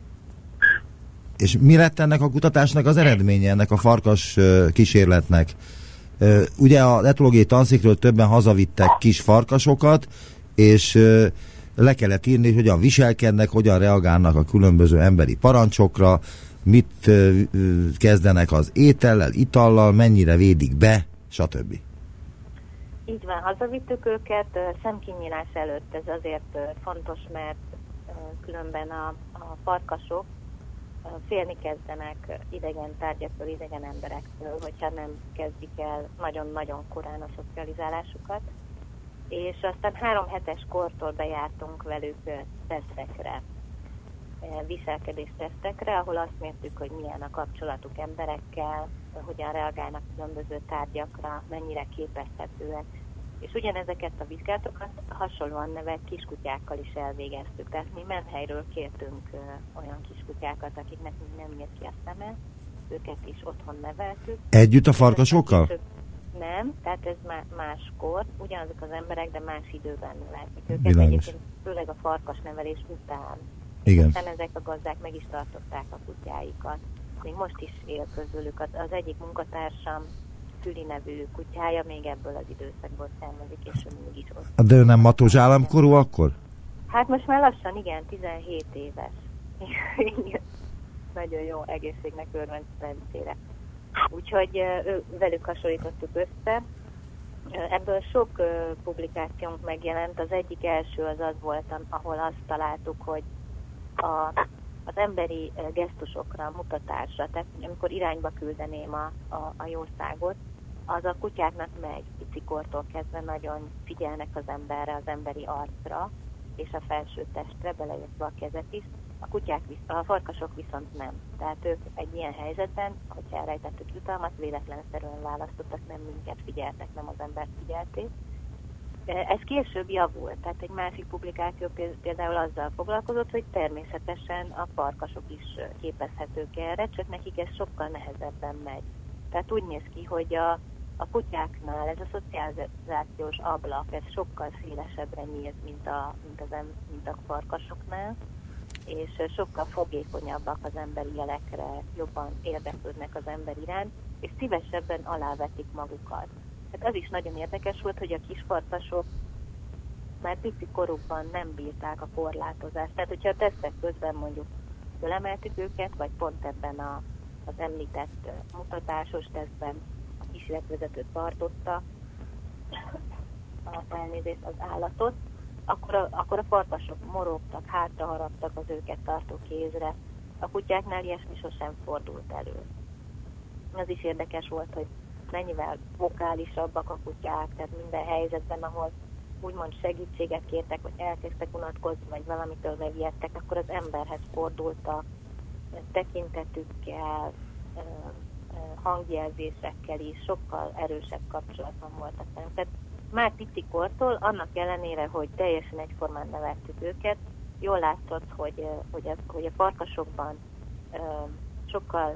És mi lett ennek a kutatásnak az eredménye, ennek a farkas uh, kísérletnek? Uh, ugye az etológiai tanszékről többen hazavittek kis farkasokat, és uh, le kellett írni, hogy hogyan viselkednek, hogyan reagálnak a különböző emberi parancsokra, mit uh, kezdenek az étellel, itallal, mennyire védik be, stb. Így van, hazavittük őket, uh, szemkinyílás előtt ez azért uh, fontos, mert uh, különben a, a farkasok félni kezdenek idegen tárgyaktól, idegen emberektől, hogyha nem kezdik el nagyon-nagyon korán a szocializálásukat. És aztán három hetes kortól bejártunk velük tesztekre, viselkedés tesztekre, ahol azt mértük, hogy milyen a kapcsolatuk emberekkel, hogyan reagálnak különböző tárgyakra, mennyire képezhetőek. És ugyanezeket a vizsgálatokat hasonlóan nevelt kiskutyákkal is elvégeztük. Tehát mi menthelyről kértünk uh, olyan kiskutyákat, akiknek még nem jött ki a szeme, őket is otthon neveltük. Együtt a farkasokkal? Nem, tehát ez má, máskor, ugyanazok az emberek, de más időben neveltük őket. Világos. Egyébként főleg a farkasnevelés után. Igen. Aztán ezek a gazdák meg is tartották a kutyáikat. Még most is él közülük. Az, az egyik munkatársam Füli nevű kutyája még ebből az időszakból származik, és ő mindig is ott. De ő nem matós államkorú akkor? Hát most már lassan, igen, tizenhét éves. Nagyon jó egészségnek örvend szerencsére. Úgyhogy ő, velük hasonlítottuk össze, Ebből sok uh, publikációnk megjelent. Az egyik első az az volt, ahol azt találtuk, hogy a, az emberi uh, gesztusokra, mutatásra, tehát amikor irányba küldeném a, a, a jószágot, az a kutyáknak megy, picikortól kezdve nagyon figyelnek az emberre, az emberi arcra, és a felső testre, beleértve a kezet is. A kutyák, a farkasok viszont nem. Tehát ők egy ilyen helyzetben, hogyha elrejtettük jutalmat, véletlenszerűen választottak, nem minket figyeltek, nem az embert figyelték. Ez később javult, tehát egy másik publikáció például azzal foglalkozott, hogy természetesen a farkasok is képezhetők erre, csak nekik ez sokkal nehezebben megy. Tehát úgy néz ki, hogy a, a kutyáknál ez a szocializációs ablak, ez sokkal szélesebbre nyílt, mint a, mint, az, mint a farkasoknál, és sokkal fogékonyabbak az emberi jelekre, jobban érdeklődnek az ember iránt, és szívesebben alávetik magukat. Hát az is nagyon érdekes volt, hogy a kisfarkasok már pici korukban nem bírták a korlátozást. Tehát, hogyha a tesztek közben mondjuk fölemeltük őket, vagy pont ebben a, az említett mutatásos tesztben a kísérletvezetőt tartotta, a elnézést, az állatot, akkor a, akkor a farkasok morogtak, hátra haraptak az őket tartó kézre. A kutyáknál ilyesmi sosem fordult elő. Az is érdekes volt, hogy mennyivel vokálisabbak a kutyák, tehát minden helyzetben, ahol úgymond segítséget kértek, vagy elkezdtek unatkozni, vagy valamitől megijedtek, akkor az emberhez fordultak, tekintetükkel, hangjelzésekkel is, sokkal erősebb kapcsolatban voltak. Tehát már pici kortól, annak ellenére, hogy teljesen egyformán neveltük őket, jól látszott, hogy, hogy, a, hogy a farkasokban sokkal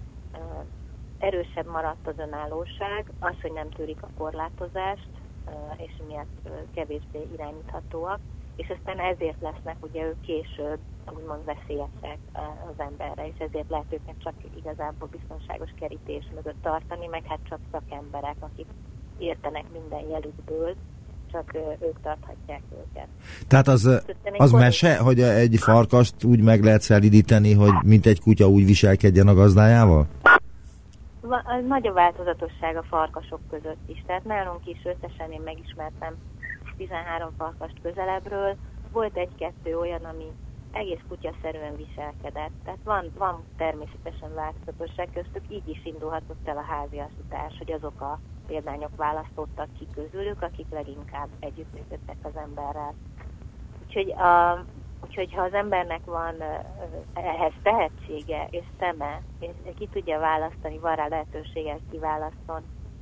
erősebb maradt az önállóság, az, hogy nem tűrik a korlátozást, és miatt kevésbé irányíthatóak, és aztán ezért lesznek ugye ők később úgymond veszélyesek az emberre, és ezért lehet őket csak igazából biztonságos kerítés mögött tartani, meg hát csak szakemberek, akik értenek minden jelükből, csak ők tarthatják őket. Tehát az, az mese, hogy egy farkast úgy meg lehet szelídíteni, hogy mint egy kutya úgy viselkedjen a gazdájával? Nagy a változatosság a farkasok között is. Tehát nálunk is összesen én megismertem tizenhárom farkast közelebbről. Volt egy-kettő olyan, ami egész kutyaszerűen viselkedett. Tehát van, van természetesen változatosság köztük, így is indulhatott el a háziasítás, hogy azok a példányok választottak ki közülük, akik leginkább együttműködtek az emberrel. Úgyhogy, a, úgyhogy ha az embernek van ehhez tehetsége és szeme, és ki tudja választani, van rá lehetősége, hogy kiválaszton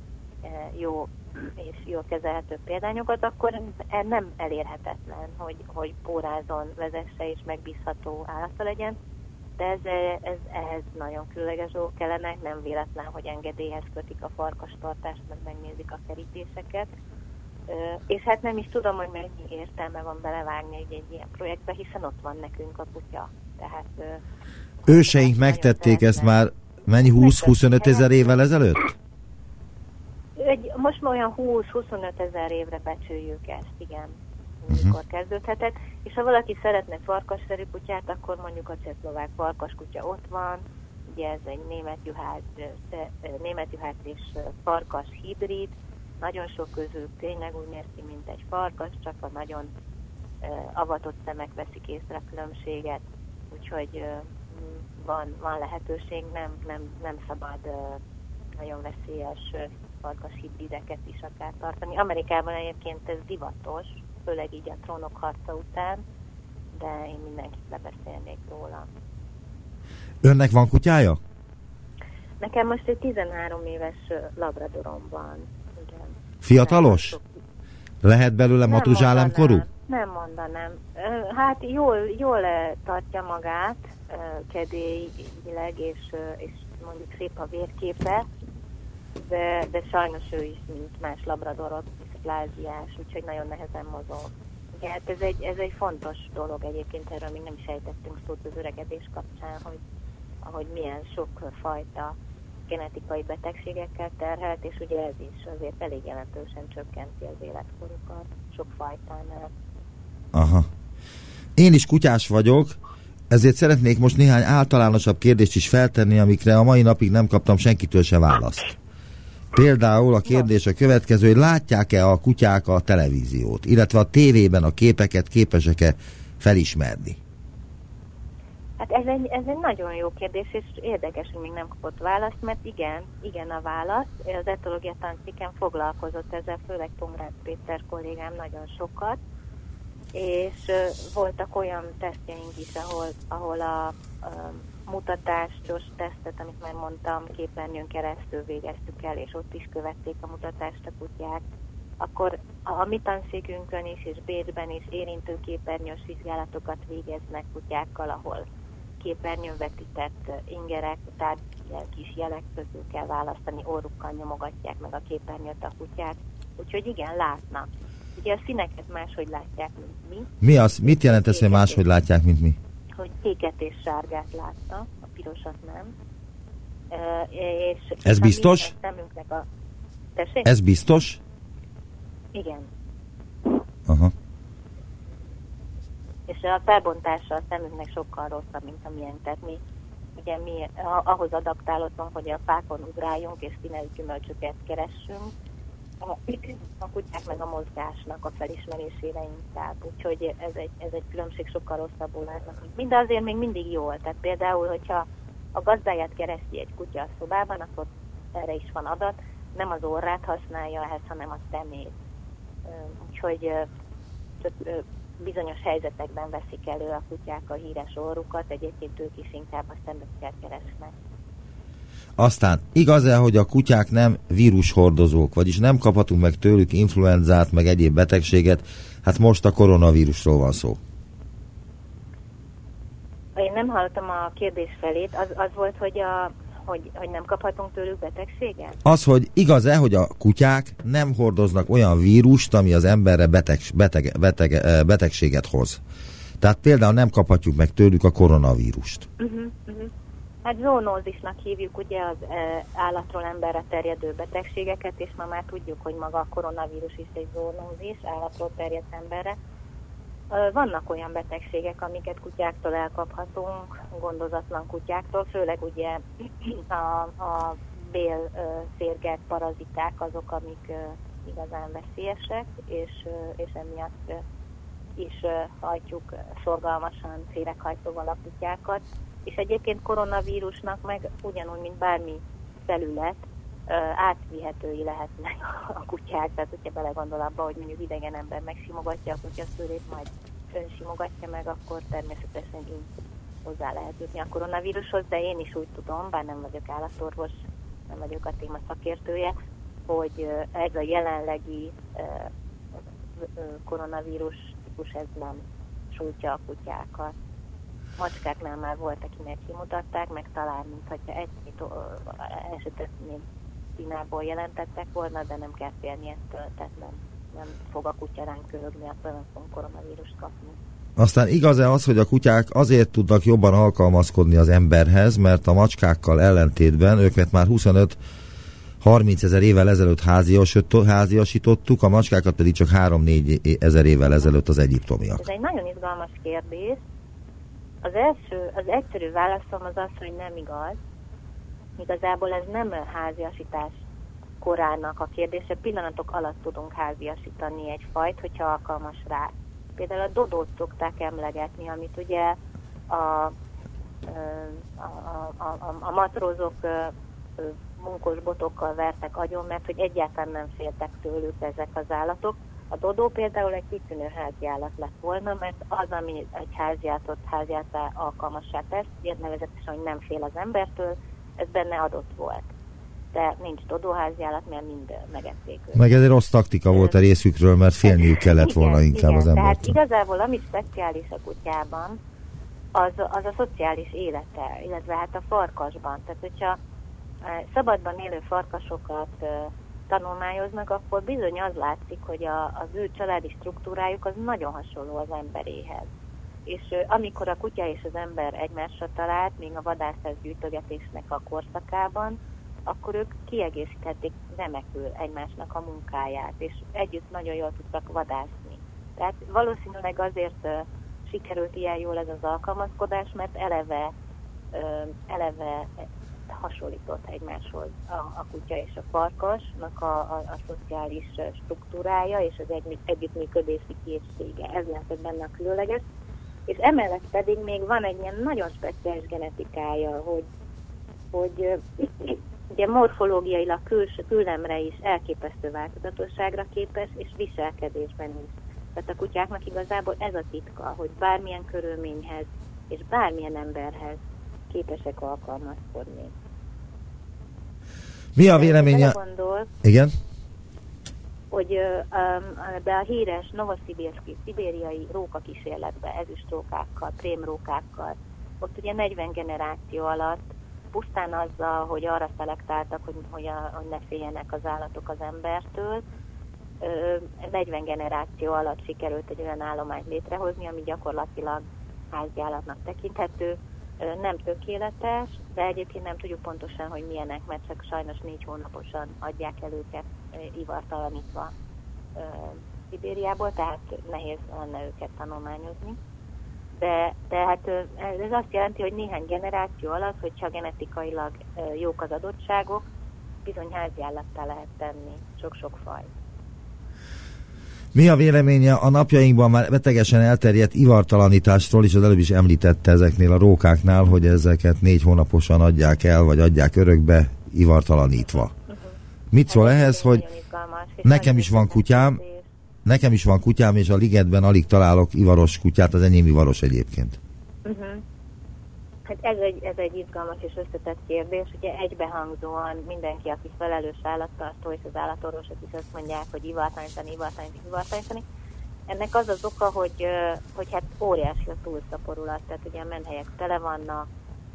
jó és jól kezelhető példányokat, akkor nem elérhetetlen, hogy, hogy pórázon vezesse és megbízható állata legyen, de ez, ez ehhez nagyon különleges dolgok kellenek, nem véletlen, hogy engedélyhez kötik a farkastartást, meg megnézik a kerítéseket. És hát nem is tudom, hogy mennyi értelme van belevágni egy, egy ilyen projektbe, hiszen ott van nekünk a kutya. Tehát, őseink megtették ezt már mennyi húsz-huszonöt ezer évvel ezelőtt? Egy, most már olyan húsz-huszonöt ezer évre becsüljük ezt, igen, mikor uh-huh. kezdődhetett. És ha valaki szeretne farkasszerű kutyát, akkor mondjuk a csehszlovák farkaskutya ott van, ugye ez egy német juhász, német juhász és farkas hibrid, nagyon sok közül tényleg úgy néz ki, mint egy farkas, csak a nagyon avatott szemek veszik észre a különbséget, úgyhogy van, van lehetőség, nem, nem, nem szabad nagyon veszélyes farkas hibrideket is akár tartani. Amerikában egyébként ez divatos, főleg így a Trónok harca után, de én mindenkit lebeszélnék róla. Önnek van kutyája? Nekem most egy tizenhárom éves labradorom van. Igen. Fiatalos? Lehet belőle matuzsálem korú? Nem mondanám. Hát jól, jól tartja magát kedélyileg, és, és mondjuk szép a vérképe, de, de sajnos ő is, mint más labradorok, pláziás, úgyhogy nagyon nehezen mozog. Ja, hát ez egy, ez egy fontos dolog egyébként, erről még nem is ejtettünk szót az öregedés kapcsán, hogy ahogy milyen sok fajta genetikai betegségekkel terhelt, és ugye ez is azért elég jelentősen csökkenti az életkorukat sok fajtánál. Aha. Én is kutyás vagyok, ezért szeretnék most néhány általánosabb kérdést is feltenni, amikre a mai napig nem kaptam senkitől se választ. Például a kérdés a következő, hogy látják-e a kutyák a televíziót, illetve a tévében a képeket képesek-e felismerni? Hát ez egy, ez egy nagyon jó kérdés, és érdekes, hogy még nem kapott választ, mert igen, igen a válasz. Az etológia tanciken foglalkozott ezzel, főleg Pongrácz Péter kollégám nagyon sokat, és uh, voltak olyan tesztjeink is, ahol, ahol a, a mutatásos tesztet, amit már mondtam, képernyőn keresztül végeztük el, és ott is követték a mutatást a kutyák. Akkor a mi tanszékünkön is, és Bécsben is érintő képernyős vizsgálatokat végeznek kutyákkal, ahol képernyőn vetített ingerek, tehát kis jelek közül kell választani, orrukkal nyomogatják meg a képernyőt a kutyák. Úgyhogy igen, látnak. Ugye a színeket máshogy látják, mint mi. Mi az? Mit jelent ez, hogy máshogy látják, mint mi? Hogy kéket és sárgát látnak, a pirosat nem. E, és ez biztos? Szemünknek a... Tessék? Ez biztos? Igen. Aha. És a felbontása a szemünknek sokkal rosszabb, mint amilyen. Tehát mi, ugye mi ahhoz adaptálódtunk, hogy a fákon ugráljunk és színeli gyümölcsöket keressünk. A, a kutyák meg a mozgásnak a felismerésére inkább. Úgyhogy ez egy, ez egy különbség, sokkal rosszabbul látnak. De azért még mindig jól. Tehát például, hogyha a gazdáját keresi egy kutya a szobában, akkor erre is van adat. Nem az orrát használja ehhez, hanem a szemét. Úgyhogy csak bizonyos helyzetekben veszik elő a kutyák a híres orrukat, egyébként ők is inkább a szemükkel keresnek. Aztán igaz-e, hogy a kutyák nem vírushordozók, vagyis nem kaphatunk meg tőlük influenzát, meg egyéb betegséget? Hát most a koronavírusról van szó. Én nem hallottam a kérdés felét, az, az volt, hogy, a, hogy, hogy nem kaphatunk tőlük betegséget? Az, hogy igaz-e, hogy a kutyák nem hordoznak olyan vírust, ami az emberre beteg, beteg, beteg, betegséget hoz. Tehát például nem kaphatjuk meg tőlük a koronavírust. Uh-huh, uh-huh. Hát zoonózisnak hívjuk ugye az e, állatról emberre terjedő betegségeket, és ma már tudjuk, hogy maga a koronavírus is egy zoonózis, állatról terjed emberre. E, vannak olyan betegségek, amiket kutyáktól elkaphatunk, gondozatlan kutyáktól, főleg ugye a, a bélszérgek, paraziták azok, amik e, igazán veszélyesek, és, e, és emiatt e, is e, hajtjuk szorgalmasan féreghajtóval a kutyákat. És egyébként koronavírusnak meg ugyanúgy, mint bármi felület, átvihetői lehetnek a kutyák. Tehát, hogyha belegondol abba, hogy mondjuk idegen ember megsimogatja a kutya szőrét, majd ön simogatja meg, akkor természetesen így hozzá lehet jutni a koronavírushoz, de én is úgy tudom, bár nem vagyok állatorvos, nem vagyok a téma szakértője, hogy ez a jelenlegi koronavírus típus, ez nem sújtja a kutyákat. Macskáknál már volt, akinek kimutatták, meg talán, mintha egy-két esetet még Kínából jelentettek volna, de nem kell félni ettől, tehát nem, nem fog a kutya ránk köhögni, akkor nem fogunk koronavírust kapni. Aztán igaz-e az, hogy a kutyák azért tudnak jobban alkalmazkodni az emberhez, mert a macskákkal ellentétben őket már huszonöt-harminc ezer évvel ezelőtt háziasítottuk, a macskákat pedig csak három-négy ezer évvel ezelőtt az egyiptomiak. Ez egy nagyon izgalmas kérdés. Az első, az egyszerű válaszom az az, hogy nem igaz. Igazából ez nem háziasítás korának a kérdése. Pillanatok alatt tudunk háziasítani egy fajt, hogyha alkalmas rá. Például a dodót szokták emlegetni, amit ugye a, a, a, a, a matrózok munkos botokkal vertek agyon, mert hogy egyáltalán nem féltek tőlük ezek az állatok. A dodó például egy kitűnő háziállat lett volna, mert az, ami egy háziállatot háziállá alkalmassá tesz, nevezetesen, hogy nem fél az embertől, ez benne adott volt. De nincs dodóháziállat, mert mind megették őt. Meg ez egy rossz taktika volt a részükről, mert félniük kellett igen, volna inkább igen, az embertől. Tehát igazából ami speciális a kutyában, az, az a szociális élete, illetve hát a farkasban. Tehát hogyha szabadban élő farkasokat tanulmányoznak, akkor bizony az látszik, hogy a, az ő családi struktúrájuk az nagyon hasonló az emberéhez. És amikor a kutya és az ember egymásra talált, még a vadászás gyűjtögetésnek a korszakában, akkor ők kiegészíthették remekül egymásnak a munkáját, és együtt nagyon jól tudtak vadászni. Tehát valószínűleg azért uh, sikerült ilyen jól ez az alkalmazkodás, mert eleve, uh, eleve hasonlított egymáshoz a, a kutya és a farkasnak a, a, a szociális struktúrája és az egy, együttműködési készsége. Ez lehetett benne a különleges. És emellett pedig még van egy ilyen nagyon speciális genetikája, hogy, hogy ugye morfológiailag külső, küllemre is elképesztő változatosságra képes, és viselkedésben is. Tehát a kutyáknak igazából ez a titka, hogy bármilyen körülményhez és bármilyen emberhez képesek alkalmazkodni. Mi a véleménye? Gondol, Igen? hogy um, de a híres novosibirszki, szibériai rókakísérletbe, ezüstrókákkal, prémrókákkal, ott ugye negyven generáció alatt pusztán azzal, hogy arra szelektáltak, hogy, hogy, a, hogy ne féljenek az állatok az embertől, negyven generáció alatt sikerült egy olyan állományt létrehozni, ami gyakorlatilag háziállatnak tekinthető, nem tökéletes, de egyébként nem tudjuk pontosan, hogy milyenek, mert csak sajnos négy hónaposan adják el őket ivartalanítva Szibériából, tehát nehéz lenne őket tanulmányozni. De, de hát ez azt jelenti, hogy néhány generáció alatt, hogyha genetikailag jók az adottságok, bizony háziállattá lehet tenni sok-sok faj. Mi a véleménye a napjainkban már betegesen elterjedt ivartalanításról, és az előbb is említette ezeknél a rókáknál, hogy ezeket négy hónaposan adják el, vagy adják örökbe ivartalanítva. Uh-huh. Mit szól ehhez, hogy nekem is van kutyám, nekem is van kutyám, és a ligetben alig találok ivaros kutyát, az enyém ivaros egyébként. Uh-huh. Hát ez egy, ez egy izgalmas és összetett kérdés. Ugye egybehangzóan mindenki, aki felelős állattartó, és az állatorvosok is azt mondják, hogy ivartalanítani, ivartalanítani, ivartalanítani. Ennek az az oka, hogy, hogy hát óriási a túlszaporulat, tehát ugye a menhelyek tele vannak.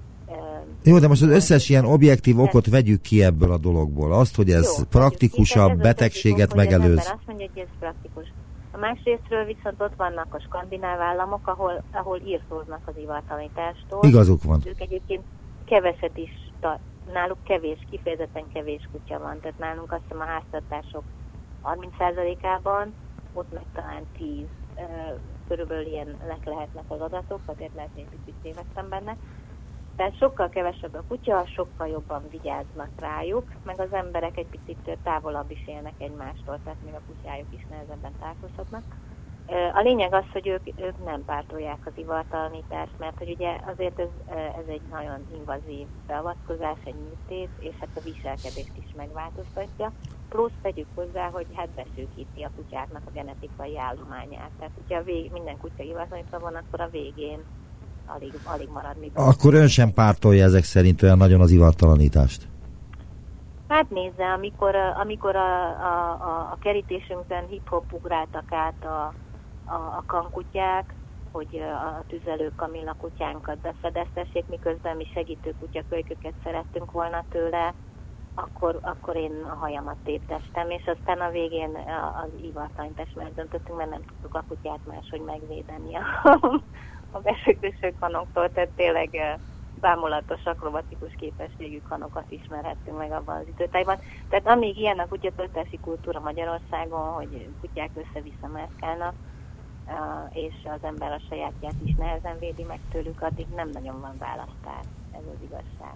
Jó, de most az összes ilyen objektív okot vegyük ki ebből a dologból. Azt, hogy ez jó, praktikusabb, ez betegséget megelőz. Az azt mondja, hogy ez praktikus. A másrésztről viszont ott vannak a skandináv államok, ahol, ahol írtóznak az ivartalanítástól. Igazuk van. Ők egyébként keveset is, náluk kevés, kifejezetten kevés kutya van. Tehát nálunk azt hiszem a háztartások harminc százalékában, ott meg talán tíz. Körülbelül ilyenek lehetnek az adatok, azért lehet, hogy picit tévedtem benne. Tehát sokkal kevesebb a kutya, sokkal jobban vigyáznak rájuk, meg az emberek egy picit távolabb is élnek egymástól, tehát még a kutyájuk is nehezebben találkozhatnak. A lényeg az, hogy ők, ők nem pártolják az ivartalanítást, mert hogy ugye azért ez, ez egy nagyon invazív beavatkozás, egy műtét, és hát a viselkedést is megváltoztatja. Plusz tegyük hozzá, hogy hát beszűkíti a kutyáknak a genetikai állományát. Tehát hogyha vég, minden kutya ivartalanítva van, akkor a végén Alig, alig marad mi. Akkor ön sem pártolja ezek szerint olyan nagyon az ivartalanítást? Hát nézze, amikor, amikor a, a, a, a kerítésünkben hip-hop ugráltak át a, a, a kankutyák, hogy a tüzelők Kamilla kutyánkat befedeztessék, miközben mi segítő kutyakölyköket szerettünk volna tőle, akkor, akkor én a hajamat téptestem, és aztán a végén az ivartalanítást megdöntöttünk, mert nem tudtuk a kutyát máshogy megvédeni a, a besögdöső kanoktól, tehát tényleg bámulatos, akrobatikus képességű kanokat ismerhettünk meg abban az időtájban. Tehát amíg ilyen a kutyatöltési kultúra Magyarországon, hogy kutyák össze-vissza mászkálnak, és az ember a sajátját is nehezen védi meg tőlük, addig nem nagyon van választás. Ez az igazság.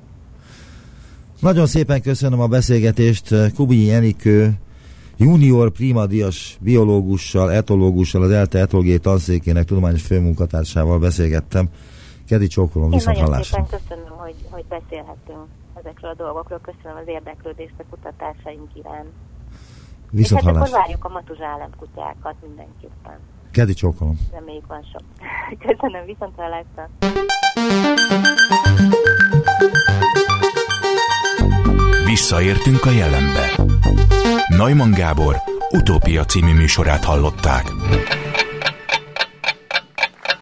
Nagyon szépen köszönöm a beszélgetést. Kubinyi Enikő junior primadíjas biológussal, etológussal, az ELTE etológiai tanszékének tudományos főmunkatársával beszélgettem. Kedi csókolom, viszont hallásra. Én nagyon szépen köszönöm, hogy, hogy beszélhetünk ezekről a dolgokról. Köszönöm az érdeklődést a kutatásaink iránt. Viszont és hát hallásra. akkor várjuk a matuzsálem kutyákat mindenképpen. Kedi csókolom. Reméljük van sok. Köszönöm, viszont hallásra. Visszaértünk a jelenbe. Neumann Gábor Utópia című műsorát hallották.